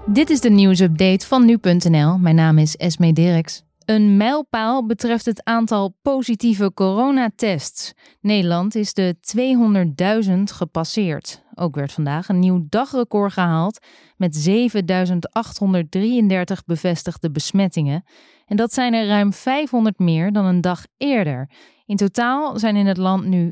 Dit is de nieuwsupdate van nu.nl. Mijn naam is Esmee Dirks. Een mijlpaal betreft het aantal positieve coronatests. Nederland is de 200.000 gepasseerd. Ook werd vandaag een nieuw dagrecord gehaald met 7.833 bevestigde besmettingen. En dat zijn er ruim 500 meer dan een dag eerder. In totaal zijn in het land nu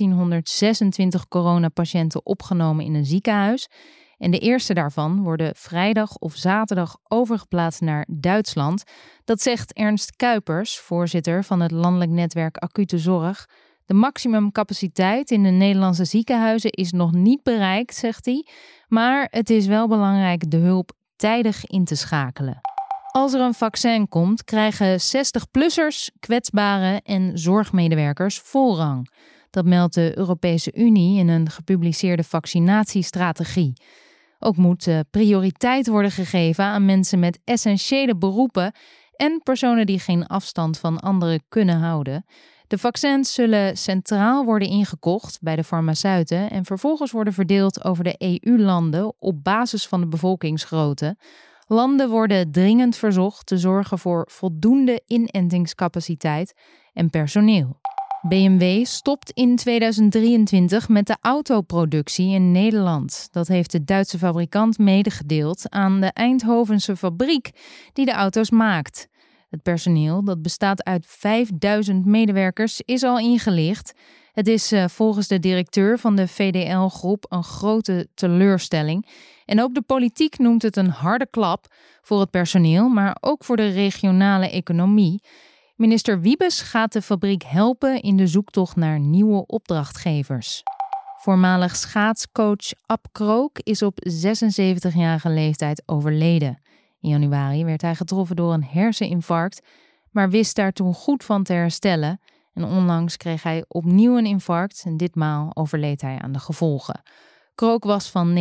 1526 coronapatiënten opgenomen in een ziekenhuis. En de eerste daarvan worden vrijdag of zaterdag overgeplaatst naar Duitsland. Dat zegt Ernst Kuipers, voorzitter van het landelijk netwerk Acute Zorg. De maximumcapaciteit in de Nederlandse ziekenhuizen is nog niet bereikt, zegt hij. Maar het is wel belangrijk de hulp tijdig in te schakelen. Als er een vaccin komt, krijgen 60-plussers, kwetsbaren en zorgmedewerkers voorrang. Dat meldt de Europese Unie in een gepubliceerde vaccinatiestrategie. Ook moet prioriteit worden gegeven aan mensen met essentiële beroepen en personen die geen afstand van anderen kunnen houden. De vaccins zullen centraal worden ingekocht bij de farmaceuten en vervolgens worden verdeeld over de EU-landen op basis van de bevolkingsgrootte. Landen worden dringend verzocht te zorgen voor voldoende inentingscapaciteit en personeel. BMW stopt in 2023 met de autoproductie in Nederland. Dat heeft de Duitse fabrikant medegedeeld aan de Eindhovense fabriek die de auto's maakt. Het personeel, dat bestaat uit 5000 medewerkers, is al ingelicht. Het is volgens de directeur van de VDL-groep een grote teleurstelling. En ook de politiek noemt het een harde klap voor het personeel, maar ook voor de regionale economie. Minister Wiebes gaat de fabriek helpen in de zoektocht naar nieuwe opdrachtgevers. Voormalig schaatscoach Ab Krook is op 76-jarige leeftijd overleden. In januari werd hij getroffen door een herseninfarct, maar wist daar toen goed van te herstellen. En onlangs kreeg hij opnieuw een infarct en ditmaal overleed hij aan de gevolgen. Krook was van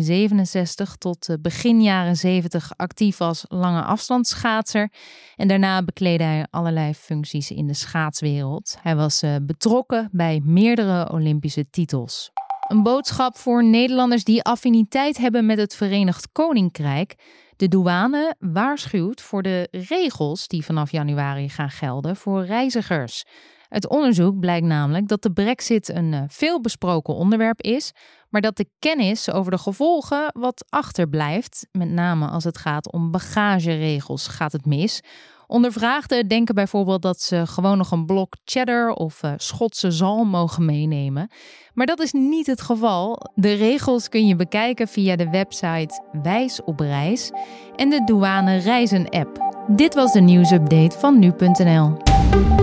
1967 tot begin jaren 70 actief als lange afstandsschaatser. En daarna bekleedde hij allerlei functies in de schaatswereld. Hij was betrokken bij meerdere Olympische titels. Een boodschap voor Nederlanders die affiniteit hebben met het Verenigd Koninkrijk. De douane waarschuwt voor de regels die vanaf januari gaan gelden voor reizigers. Uit onderzoek blijkt namelijk dat de Brexit een veelbesproken onderwerp is, maar dat de kennis over de gevolgen wat achterblijft. Met name als het gaat om bagageregels gaat het mis. Ondervraagden denken bijvoorbeeld dat ze gewoon nog een blok cheddar of Schotse zalm mogen meenemen. Maar dat is niet het geval. De regels kun je bekijken via de website Wijs op Reis en de douane reizen app. Dit was de nieuwsupdate van nu.nl.